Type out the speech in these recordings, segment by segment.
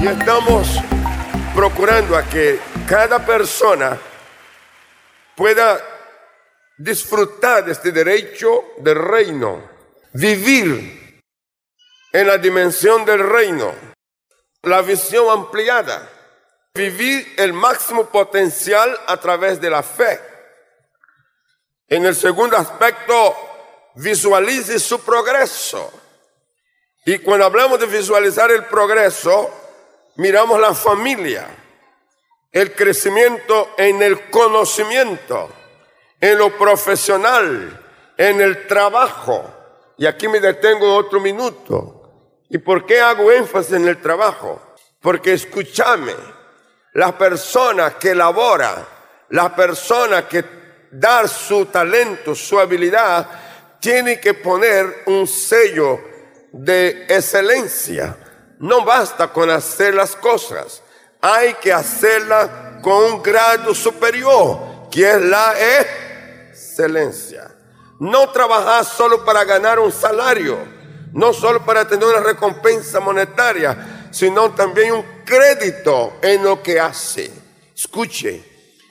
estamos procurando a que cada persona pueda disfrutar de este derecho del reino, vivir en la dimensión del reino, la visión ampliada, vivir el máximo potencial a través de la fe. En el segundo aspecto, visualice su progreso. Y cuando hablamos de visualizar el progreso, miramos la familia, el crecimiento en el conocimiento, en lo profesional, en el trabajo. Y aquí me detengo otro minuto. ¿Y por qué hago énfasis en el trabajo? Porque escúchame, la persona que labora, la persona que da su talento, su habilidad, tiene que poner un sello de excelencia. No basta con hacer las cosas, hay que hacerlas con un grado superior, que es la excelencia. No trabajar solo para ganar un salario, no solo para tener una recompensa monetaria, sino también un crédito en lo que hace. Escuche,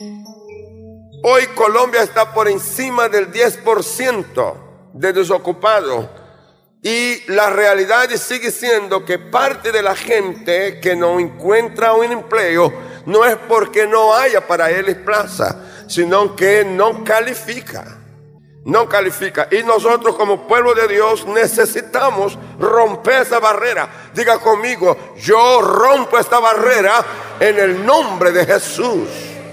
hoy Colombia está por encima del 10% de desocupados. Y la realidad sigue siendo que parte de la gente que no encuentra un empleo no es porque no haya para él plaza, sino que no califica. No califica. Y nosotros como pueblo de Dios necesitamos romper esa barrera. Diga conmigo, yo rompo esta barrera en el nombre de Jesús.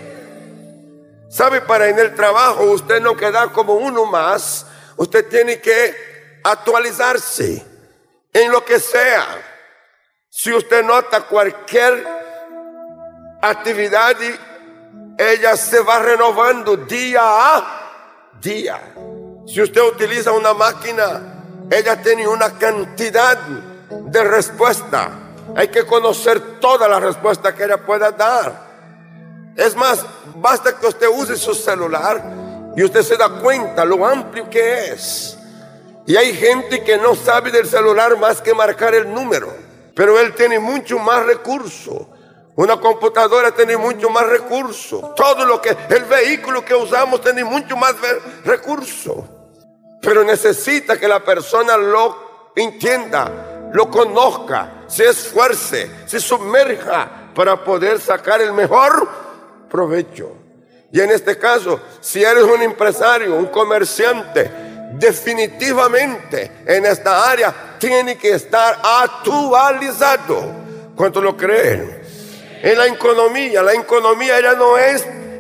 ¿Sabe? Para en el trabajo usted no queda como uno más. Usted tiene que actualizarse en lo que sea. Si usted nota cualquier actividad, ella se va renovando día a día. Si usted utiliza una máquina, ella tiene una cantidad de respuesta. Hay que conocer todas las respuestas que ella pueda dar. Es más, basta que usted use su celular y usted se da cuenta lo amplio que es. Y hay gente que no sabe del celular más que marcar el número, pero él tiene mucho más recursos. Una computadora tiene mucho más recursos. Todo lo que, el vehículo que usamos tiene mucho más recursos. Pero necesita que la persona lo entienda, lo conozca, se esfuerce, se sumerja para poder sacar el mejor provecho. Y en este caso, si eres un empresario, un comerciante, definitivamente en esta área tiene que estar actualizado. ¿Cuántos lo creen? En la economía ella no es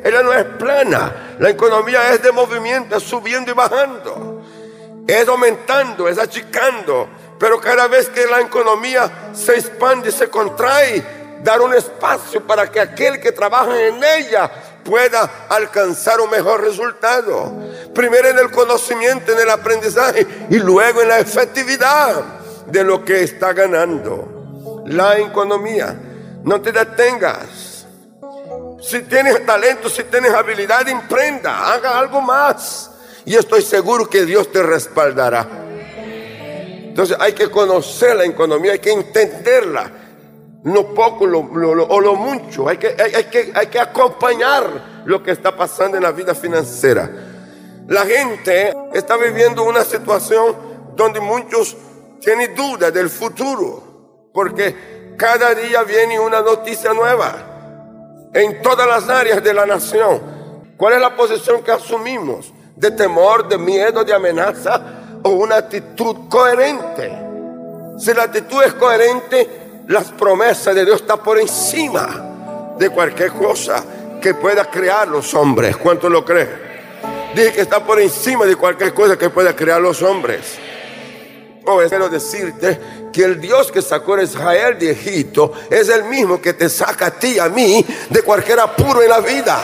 plana. La economía es de movimiento, es subiendo y bajando, es aumentando, es achicando. Pero cada vez que la economía se expande y se contrae, dar un espacio para que aquel que trabaja en ella pueda alcanzar un mejor resultado. Primero en el conocimiento, en el aprendizaje, y luego en la efectividad de lo que está ganando. La economía. No te detengas. Si tienes talento, si tienes habilidad, emprenda, haga algo más. Y estoy seguro que Dios te respaldará. Entonces hay que conocer la economía, hay que entenderla. Lo poco o lo mucho, hay que acompañar lo que está pasando en la vida financiera. La gente está viviendo una situación donde muchos tienen dudas del futuro, porque cada día viene una noticia nueva en todas las áreas de la nación. ¿Cuál es la posición que asumimos? ¿De temor, de miedo, de amenaza o una actitud coherente? Si la actitud es coherente, las promesas de Dios están por encima de cualquier cosa que pueda crear los hombres. ¿Cuántos lo creen? Dije que está por encima de cualquier cosa que pueda crear los hombres. Quiero decirte que el Dios que sacó a Israel de Egipto es el mismo que te saca a ti y a mí de cualquier apuro en la vida.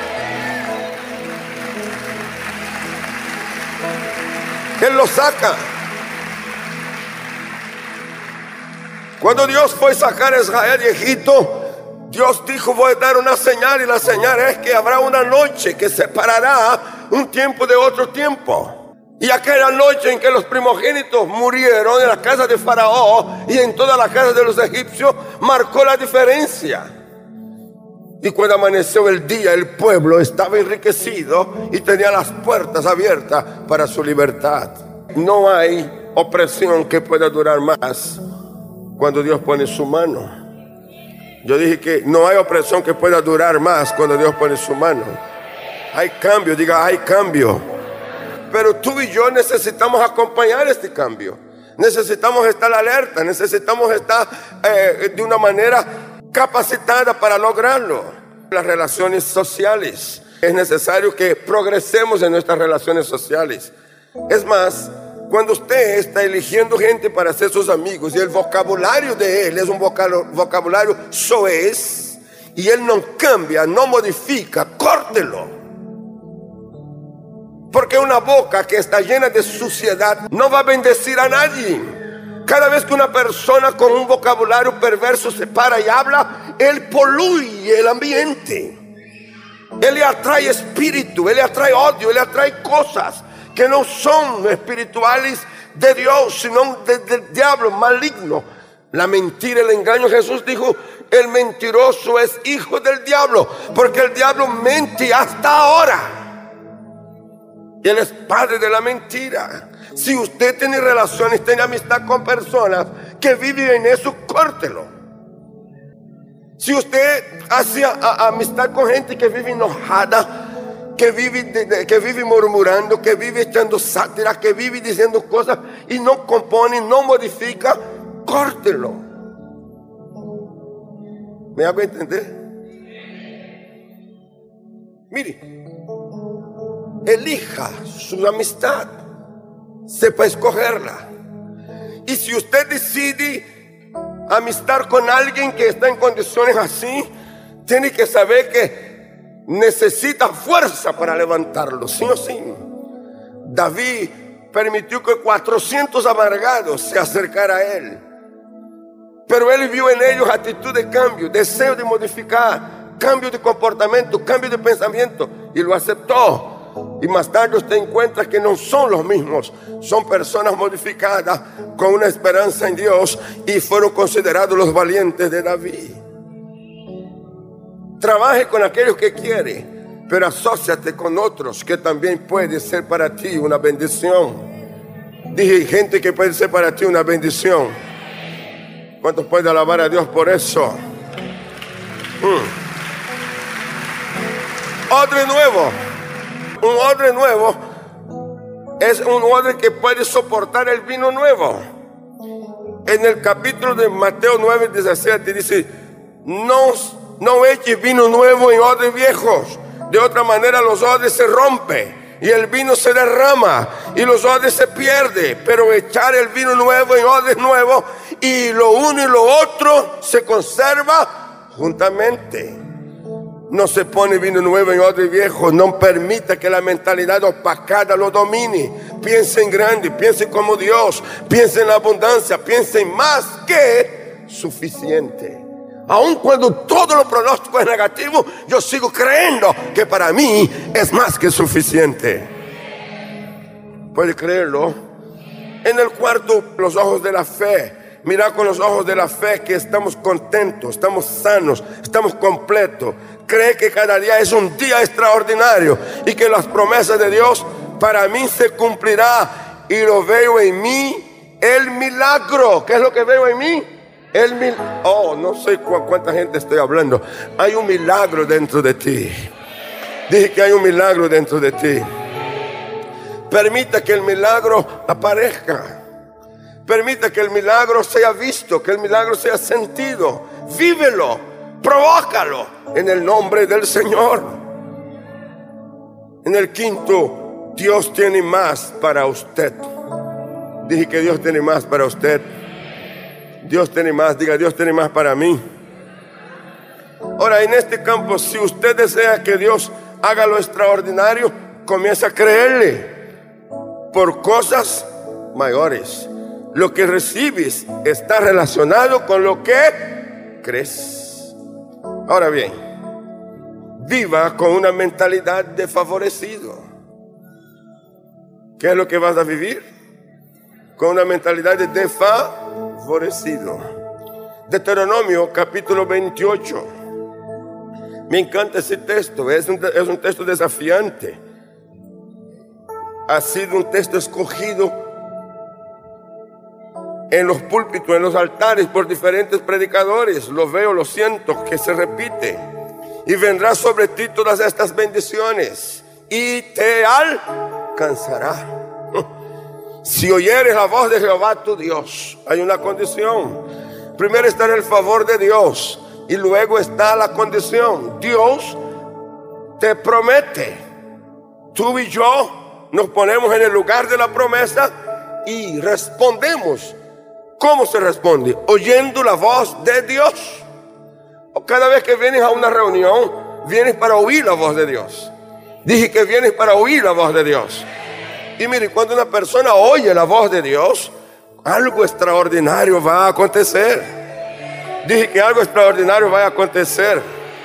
Él lo saca. Cuando Dios fue a sacar a Israel de Egipto, Dios dijo: voy a dar una señal, y la señal es que habrá una noche que separará un tiempo de otro tiempo. Y aquella noche en que los primogénitos murieron en la casa de Faraón y en todas las casas de los egipcios, marcó la diferencia. Y cuando amaneció el día, el pueblo estaba enriquecido y tenía las puertas abiertas para su libertad. No hay opresión que pueda durar más cuando Dios pone su mano. Yo dije que no hay opresión que pueda durar más cuando Dios pone su mano. Hay cambio, diga, hay cambio. Pero tú y yo necesitamos acompañar este cambio. Necesitamos estar alerta, necesitamos estar de una manera capacitada para lograrlo. Las relaciones sociales. Es necesario que progresemos en nuestras relaciones sociales. Es más, cuando usted está eligiendo gente para ser sus amigos y el vocabulario de él es un vocabulario soez y él no cambia, no modifica, córtelo. Porque una boca que está llena de suciedad no va a bendecir a nadie. Cada vez que una persona con un vocabulario perverso se para y habla, él poluye el ambiente. Él le atrae espíritu, él le atrae odio, él le atrae cosas que no son espirituales de Dios, sino del diablo maligno. La mentira, el engaño. Jesús dijo, el mentiroso es hijo del diablo, porque el diablo mente hasta ahora. Y él es padre de la mentira. Si usted tiene relaciones, tiene amistad con personas que viven en eso, córtelo. Si usted hace amistad con gente que vive enojada, que vive murmurando, que vive echando sátira, que vive diciendo cosas y no compone, no modifica, córtelo. ¿Me hago entender? Mire, elija su amistad, sepa escogerla. Y si usted decide amistar con alguien que está en condiciones así, tiene que saber que necesita fuerza para levantarlo, sí o sí. David permitió que 400 amargados se acercaran a él, pero él vio en ellos actitud de cambio, deseo de modificar, cambio de comportamiento, cambio de pensamiento, y lo aceptó. Y más tarde usted encuentra que no son los mismos, son personas modificadas con una esperanza en Dios y fueron considerados los valientes de David. Trabaje con aquellos que quiere, pero asóciate con otros que también puede ser para ti una bendición. Dije, gente que puede ser para ti una bendición. ¿Cuántos pueden alabar a Dios por eso? Odre nuevo. Un odre nuevo es un odre que puede soportar el vino nuevo. En el capítulo de Mateo 9:17 dice, no eches vino nuevo en odres viejos. De otra manera los odres se rompen y el vino se derrama y los odres se pierden. Pero echar el vino nuevo en odres nuevos, y lo uno y lo otro se conserva juntamente. No se pone vino nuevo en odre viejo. No permita que la mentalidad opacada lo domine. Piense en grande, piense como Dios, piense en la abundancia, piense en más que suficiente. Aun cuando todo lo pronóstico es negativo, yo sigo creyendo que para mí es más que suficiente. ¿Puede creerlo? En el cuarto, los ojos de la fe. Mira con los ojos de la fe que estamos contentos, estamos sanos, estamos completos. Cree que cada día es un día extraordinario y que las promesas de Dios para mí se cumplirá. Y lo veo en mí, el milagro. ¿Qué es lo que veo en mí? No sé cuánta gente estoy hablando. Hay un milagro dentro de ti. Dije que hay un milagro dentro de ti. Permita que el milagro aparezca. Permita que el milagro sea visto, que el milagro sea sentido. Vívelo, provócalo en el nombre del Señor. En el quinto, Dios tiene más para usted. Dije que Dios tiene más para usted. Dios tiene más, diga, Dios tiene más para mí. Ahora, en este campo, si usted desea que Dios haga lo extraordinario, comienza a creerle por cosas mayores. Lo que recibes está relacionado con lo que crees. Ahora bien, viva con una mentalidad de favorecido. ¿Qué es lo que vas a vivir? Con una mentalidad de desfavorecido. Deuteronomio capítulo 28. Me encanta ese texto, es un texto desafiante. Ha sido un texto escogido en los púlpitos, en los altares, por diferentes predicadores. Lo veo, lo siento, que se repite. Y vendrá sobre ti todas estas bendiciones y te alcanzará si oyeres la voz de Jehová tu Dios. Hay una condición. Primero está el favor de Dios y luego está la condición. Dios te promete. Tú y yo nos ponemos en el lugar de la promesa y respondemos. ¿Cómo se responde? Oyendo la voz de Dios. O cada vez que vienes a una reunión, vienes para oír la voz de Dios. Dije que vienes para oír la voz de Dios. Y mire, cuando una persona oye la voz de Dios, algo extraordinario va a acontecer. Dije que algo extraordinario va a acontecer.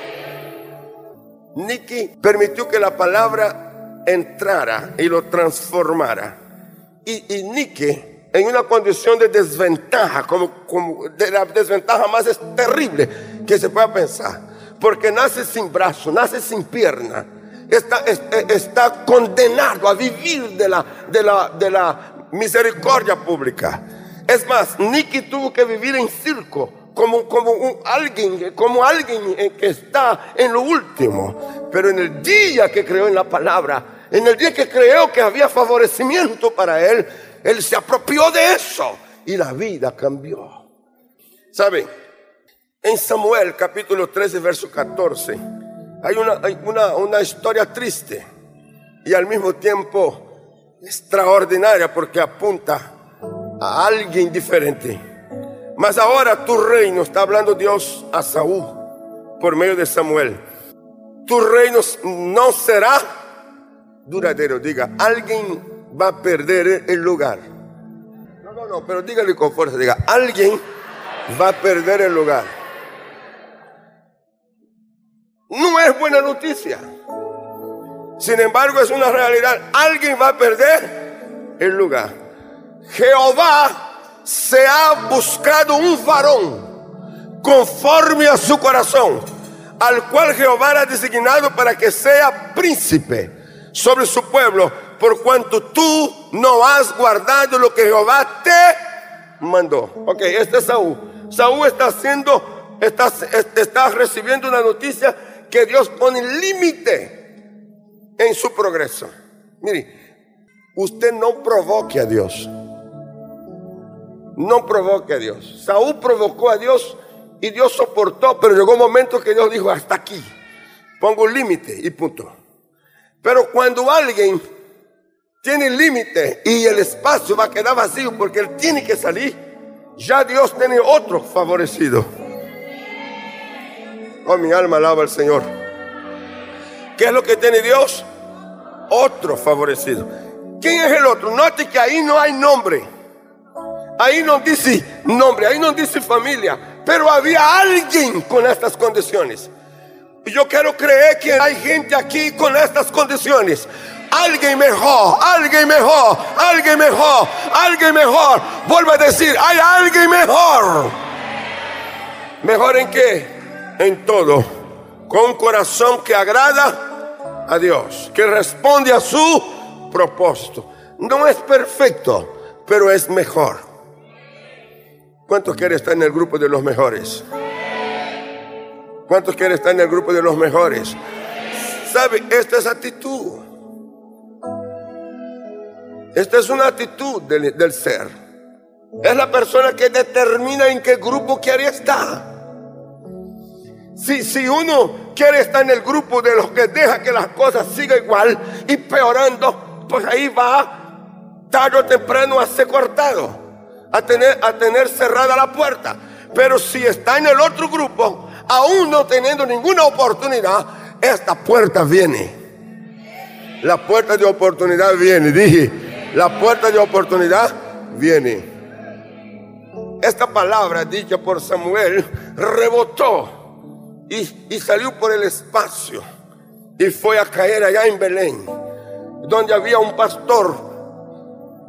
Nicky permitió que la palabra entrara y lo transformara. Y Nicky, en una condición de desventaja, como de la desventaja más terrible que se pueda pensar, porque nace sin brazo, nace sin pierna, está condenado a vivir de la misericordia pública. Es más, Nicky tuvo que vivir en circo, como alguien que está en lo último. Pero en el día que creyó en la palabra, en el día que creyó que había favorecimiento para él, él se apropió de eso y la vida cambió. ¿Saben? En Samuel capítulo 13 verso 14 hay una historia triste y al mismo tiempo extraordinaria, porque apunta a alguien diferente. Mas ahora tu reino, está hablando Dios a Saúl por medio de Samuel, tu reino no será duradero. Diga, alguien va a perder el lugar. No, pero dígale con fuerza, diga, alguien va a perder el lugar. No es buena noticia. Sin embargo, es una realidad. Alguien va a perder el lugar. Jehová se ha buscado un varón conforme a su corazón, al cual Jehová ha designado para que sea príncipe sobre su pueblo, por cuanto tú no has guardado lo que Jehová te mandó. Ok, este es Saúl. Saúl está recibiendo una noticia que Dios pone límite en su progreso. Mire, usted no provoque a Dios. No provoque a Dios. Saúl provocó a Dios y Dios soportó, pero llegó un momento que Dios dijo, hasta aquí, pongo un límite y punto. Pero cuando alguien tiene límite y el espacio va a quedar vacío porque él tiene que salir, ya Dios tiene otro favorecido. Oh, mi alma alaba al Señor. ¿Qué es lo que tiene Dios? Otro favorecido. ¿Quién es el otro? Note que ahí no hay nombre. Ahí no dice nombre, ahí no dice familia. Pero había alguien con estas condiciones. Y yo quiero creer que hay gente aquí con estas condiciones. Alguien mejor, alguien mejor, alguien mejor, alguien mejor. Vuelvo a decir, hay alguien mejor. ¿Mejor en qué? En todo, con un corazón que agrada a Dios, que responde a su propósito. No es perfecto, pero es mejor. ¿Cuántos quieren estar en el grupo de los mejores? ¿Cuántos quieren estar en el grupo de los mejores? ¿Sabe? Esta es actitud. Esta es una actitud del ser. Es la persona que determina en qué grupo quiere estar. Si uno quiere estar en el grupo de los que deja que las cosas sigan igual y peorando, pues ahí va tarde o temprano a ser cortado, a tener cerrada la puerta. Pero si está en el otro grupo, aún no teniendo ninguna oportunidad, esta puerta viene. La puerta de oportunidad viene. Dije, la puerta de oportunidad viene. Esta palabra dicha por Samuel rebotó y salió por el espacio y fue a caer allá en Belén, donde había un pastor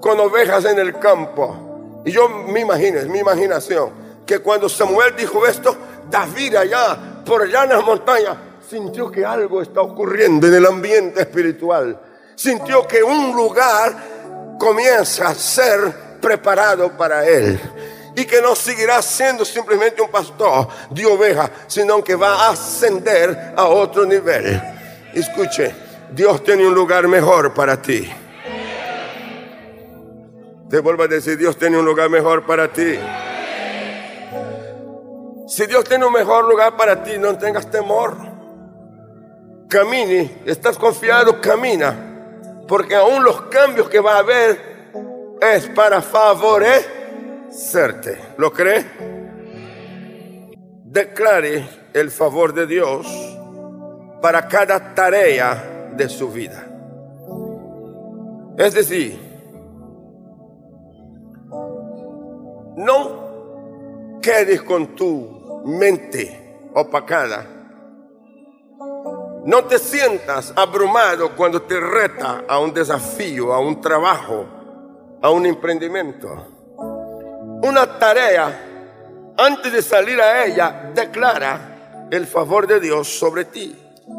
con ovejas en el campo. Y yo me imagino, es mi imaginación, que cuando Samuel dijo esto, David allá, por allá en las montañas, sintió que algo está ocurriendo en el ambiente espiritual. Sintió que un lugar comienza a ser preparado para él. Y que no seguirá siendo simplemente un pastor de ovejas, sino que va a ascender a otro nivel. Escuche, Dios tiene un lugar mejor para ti. Te vuelvo a decir, Dios tiene un lugar mejor para ti. Si Dios tiene un mejor lugar para ti, no tengas temor. Camine, estás confiado, camina. Porque aún los cambios que va a haber es para favorecerte. ¿Lo cree? Declare el favor de Dios para cada tarea de su vida. Es decir, no quedes con tu mente opacada. No te sientas abrumado cuando te reta a un desafío, a un trabajo, a un emprendimiento. Una tarea, antes de salir a ella, declara el favor de Dios sobre ti.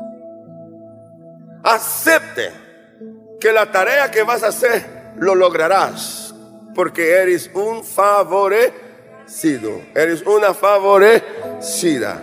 Acepte que la tarea que vas a hacer lo lograrás, porque eres un favorecido, eres una favorecida.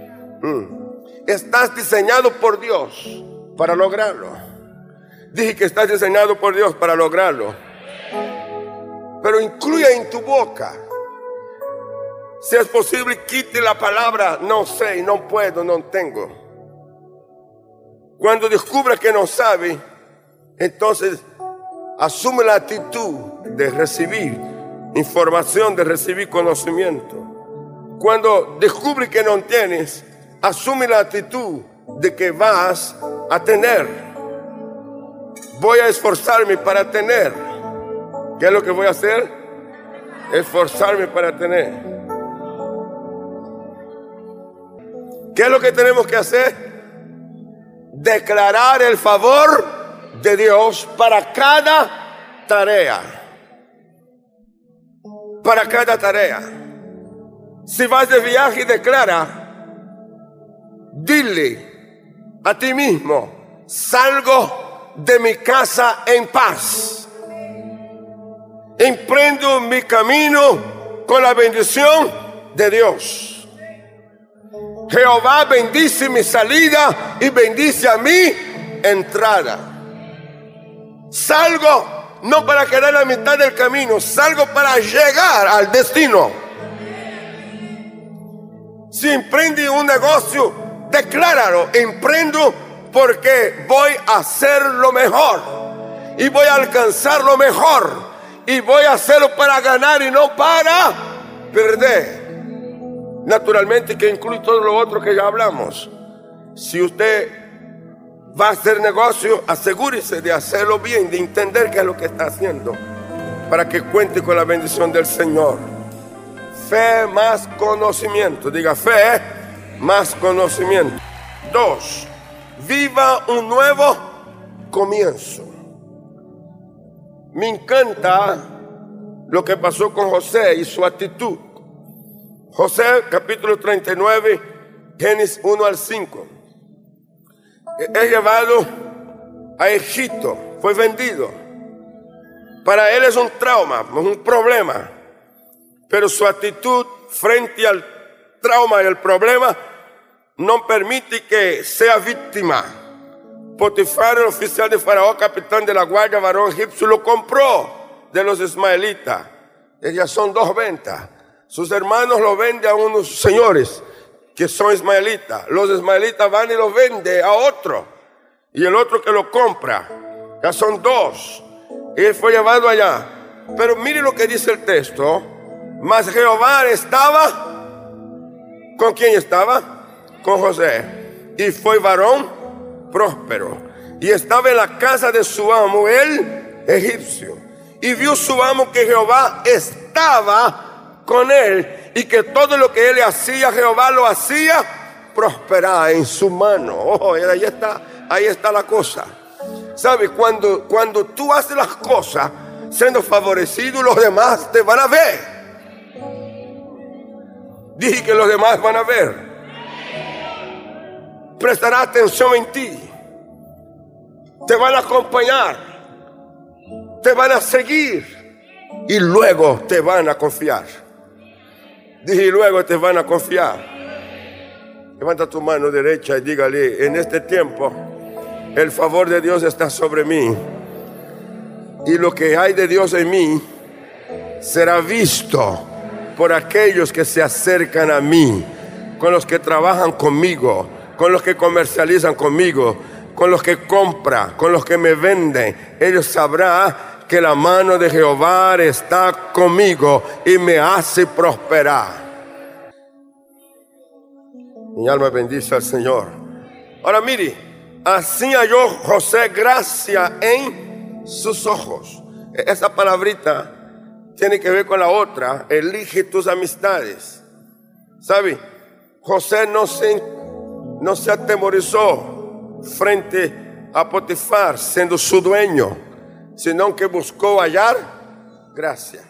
Estás diseñado por Dios para lograrlo. Dije que estás diseñado por Dios para lograrlo. Pero incluya en tu boca, si es posible, quite la palabra no sé, no puedo, no tengo. Cuando descubra que no sabe, entonces asume la actitud de recibir información, de recibir conocimiento. Cuando descubre que no tienes, asume la actitud de que vas a tener. Voy a esforzarme para tener. ¿Qué es lo que voy a hacer? Esforzarme para tener. ¿Qué es lo que tenemos que hacer? Declarar el favor de Dios para cada tarea. Para cada tarea. Si vas de viaje, declara. Dile a ti mismo: salgo de mi casa en paz. Emprendo mi camino con la bendición de Dios. Jehová bendice mi salida y bendice a mi entrada. Salgo no para quedar en la mitad del camino, salgo para llegar al destino. Si emprende un negocio, decláralo: emprendo porque voy a hacer lo mejor y voy a alcanzar lo mejor y voy a hacerlo para ganar y no para perder. Naturalmente que incluye todo lo otro que ya hablamos. Si usted va a hacer negocio, asegúrese de hacerlo bien, de entender qué es lo que está haciendo, para que cuente con la bendición del Señor. Fe más conocimiento. Diga: fe más conocimiento. 2. Viva un nuevo comienzo. Me encanta lo que pasó con José y su actitud. José, capítulo 39, Génesis 1 al 5. Es llevado a Egipto, fue vendido. Para él es un trauma, es un problema. Pero su actitud frente al trauma y al problema no permite que sea víctima. Potifar, el oficial de Faraón, capitán de la guardia, varón egipcio, lo compró de los ismaelitas. Ellas son dos ventas. Sus hermanos lo venden a unos señores que son ismaelitas. Los ismaelitas van y lo venden a otro. Y el otro que lo compra. Ya son dos. Y él fue llevado allá. Pero mire lo que dice el texto. Mas Jehová estaba. ¿Con quién estaba? Con José. Y fue varón próspero. Y estaba en la casa de su amo, el egipcio. Y vio su amo que Jehová estaba con él, y que todo lo que él le hacía, Jehová lo hacía prosperar en su mano. Oh, ahí está la cosa. ¿Sabe? Cuando tú haces las cosas siendo favorecido, los demás te van a ver. Dije que los demás van a ver. Prestará atención en ti. Te van a acompañar. Te van a seguir. Y luego te van a confiar. Dije, y luego te van a confiar. Levanta tu mano derecha y dígale: en este tiempo el favor de Dios está sobre mí. Y lo que hay de Dios en mí será visto por aquellos que se acercan a mí, con los que trabajan conmigo, con los que comercializan conmigo, con los que compran, con los que me venden. Ellos sabrán que la mano de Jehová está conmigo y me hace prosperar. Mi alma bendice al Señor. Ahora mire, así halló José gracia en sus ojos. Esa palabrita tiene que ver con la otra: elige tus amistades. ¿Sabe? José no se atemorizó frente a Potifar siendo su dueño, sino que buscó hallar gracia.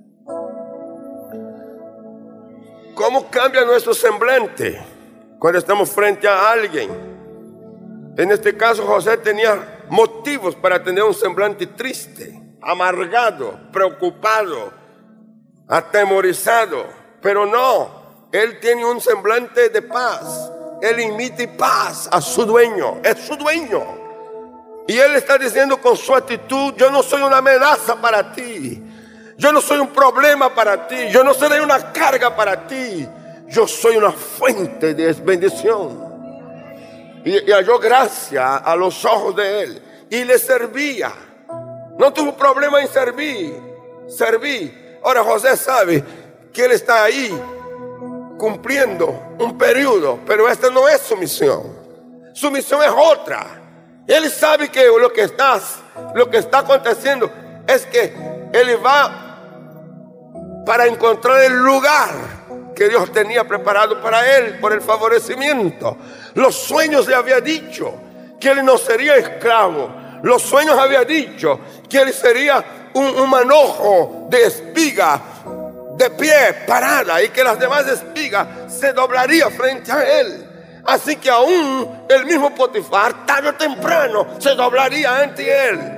¿Cómo cambia nuestro semblante cuando estamos frente a alguien? En este caso, José tenía motivos para tener un semblante triste, amargado, preocupado, atemorizado. Pero no, él tiene un semblante de paz. Él imita paz a su dueño, es su dueño. Y él está diciendo con su actitud: yo no soy una amenaza para ti. Yo no soy un problema para ti. Yo no seré una carga para ti. Yo soy una fuente de bendición. Y halló gracia a los ojos de él. Y le servía. No tuvo problema en servir. Serví. Ahora José sabe que él está ahí cumpliendo un periodo, pero esta no es su misión. Su misión es otra. Él sabe que lo que está aconteciendo es que él va para encontrar el lugar que Dios tenía preparado para él por el favorecimiento. Los sueños le había dicho que él no sería esclavo. Los sueños había dicho que él sería un manojo de espiga de pie, parada, y que las demás espigas se doblarían frente a él. Así que aún el mismo Potifar, tarde o temprano, se doblaría ante él.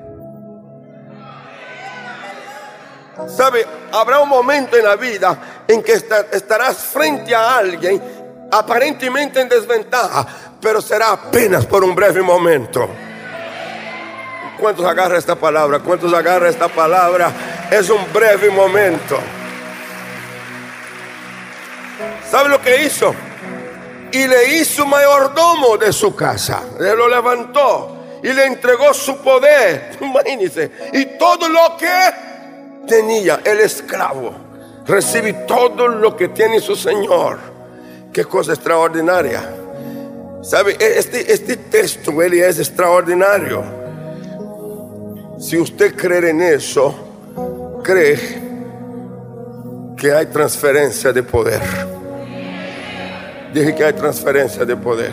¿Sabe? Habrá un momento en la vida en que estarás frente a alguien aparentemente en desventaja, pero será apenas por un breve momento. ¿Cuántos agarran esta palabra? ¿Cuántos agarran esta palabra? Es un breve momento. ¿Sabe lo que hizo? Y le hizo mayordomo de su casa. Le lo levantó y le entregó su poder. Imagínense. Y todo lo que tenía el esclavo, recibe todo lo que tiene su señor. Qué cosa extraordinaria. ¿Sabe? Este texto, él es extraordinario. Si usted cree en eso, cree que hay transferencia de poder. Dije que hay transferencia de poder.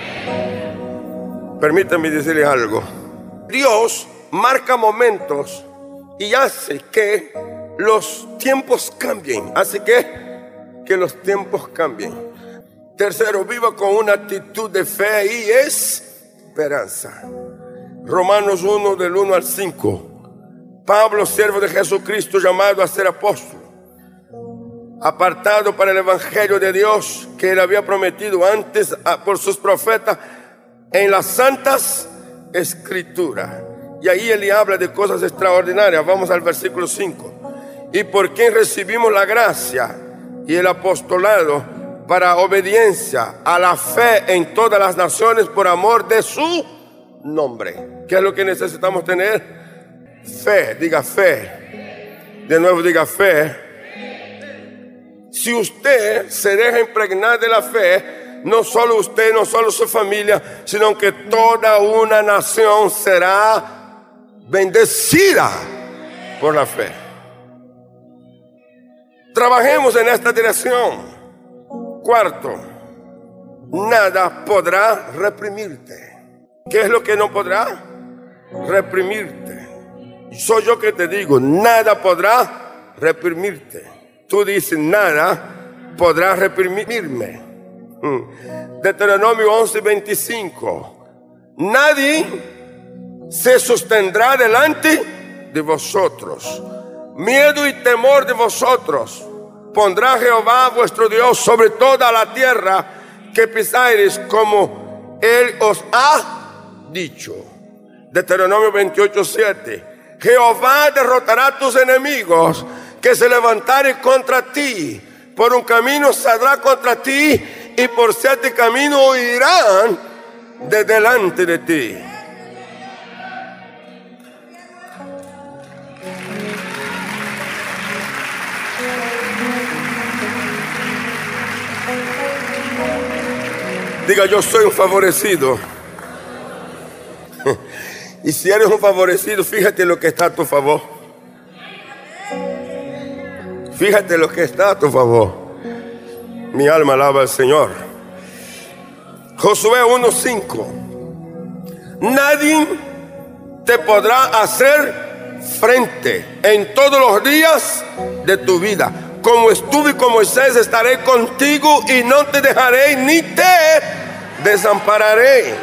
Permítanme decirle algo. Dios marca momentos y hace que los tiempos cambien. Hace que los tiempos cambien. Tercero, viva con una actitud de fe y esperanza. Romanos 1, del 1 al 5. Pablo, siervo de Jesucristo, llamado a ser apóstol, apartado para el evangelio de Dios que él había prometido antes por sus profetas en las santas escrituras. Y ahí él habla de cosas extraordinarias. Vamos al versículo 5. Y por quien recibimos la gracia y el apostolado para obediencia a la fe en todas las naciones por amor de su nombre. ¿Qué es lo que necesitamos tener? Fe. Diga fe. De nuevo diga fe. Si usted se deja impregnar de la fe, no solo usted, no solo su familia, sino que toda una nación será bendecida por la fe. Trabajemos en esta dirección. Cuarto, nada podrá reprimirte. ¿Qué es lo que no podrá reprimirte? soy yo que te digo, nada podrá reprimirte. Tú dices, nada podrá reprimirme. Deuteronomio 11:25. Nadie se sostendrá delante de vosotros. Miedo y temor de vosotros pondrá Jehová vuestro Dios sobre toda la tierra que pisáis, como Él os ha dicho. Deuteronomio 28:7. Jehová derrotará a tus enemigos que se levantaren contra ti. Por un camino saldrá contra ti y por 7 caminos huirán de delante de ti. Diga, yo soy un favorecido. Y si eres un favorecido, fíjate lo que está a tu favor. Fíjate lo que está a tu favor. Mi alma alaba al Señor. Josué 1:5. Nadie te podrá hacer frente en todos los días de tu vida. Como estuve con Moisés, estaré contigo y no te dejaré ni te desampararé.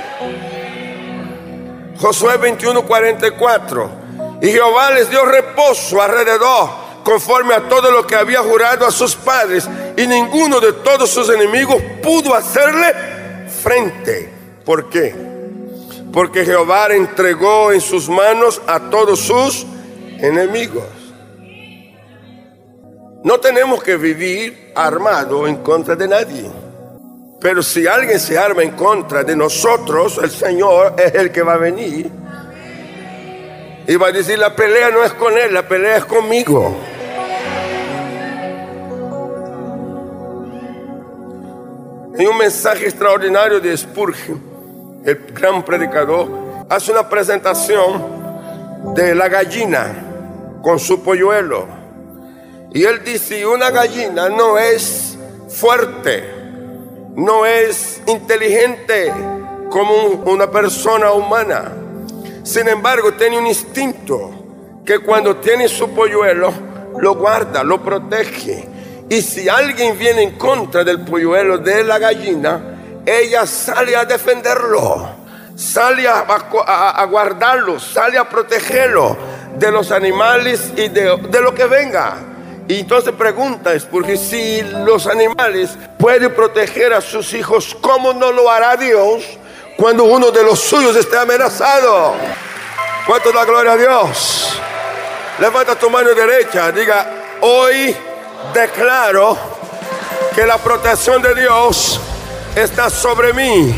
Josué 21:44. Y Jehová les dio reposo alrededor, conforme a todo lo que había jurado a sus padres, y ninguno de todos sus enemigos pudo hacerle frente. ¿Por qué? Porque Jehová entregó en sus manos a todos sus enemigos. No tenemos que vivir armado en contra de nadie. Pero si alguien se arma en contra de nosotros, el Señor es el que va a venir y va a decir, la pelea no es con él, la pelea es conmigo. Hay un mensaje extraordinario de Spurgeon, el gran predicador. Hace una presentación de la gallina con su polluelo. Y él dice, una gallina no es fuerte, no es inteligente como una persona humana. Sin embargo, tiene un instinto que cuando tiene su polluelo, lo guarda, lo protege. Y si alguien viene en contra del polluelo de la gallina, ella sale a defenderlo, sale a guardarlo, sale a protegerlo de los animales y de lo que venga. Y entonces pregunta es, porque si los animales pueden proteger a sus hijos, ¿cómo no lo hará Dios cuando uno de los suyos esté amenazado? ¿Cuánto da gloria a Dios? Levanta tu mano derecha, diga, hoy declaro que la protección de Dios está sobre mí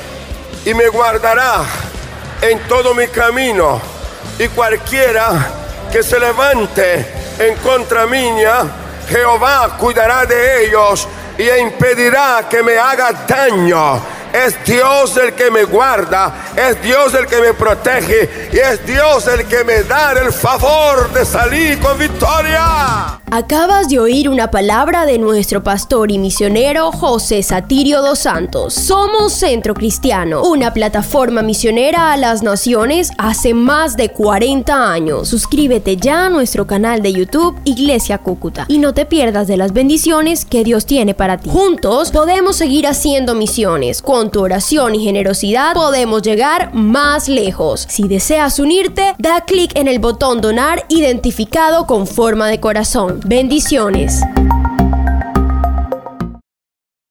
y me guardará en todo mi camino, y cualquiera que se levante en contra mía, Jehová cuidará de ellos y impedirá que me haga daño. Es Dios el que me guarda, es Dios el que me protege y es Dios el que me da el favor de salir con victoria. Acabas de oír una palabra de nuestro pastor y misionero José Satirio dos Santos. Somos Centro Cristiano, una plataforma misionera a las naciones hace más de 40 años. Suscríbete ya a nuestro canal de YouTube Iglesia Cúcuta y no te pierdas de las bendiciones que Dios tiene para ti. Juntos podemos seguir haciendo misiones. Con tu oración y generosidad podemos llegar más lejos. Si deseas unirte, da clic en el botón donar identificado con forma de corazón. Bendiciones.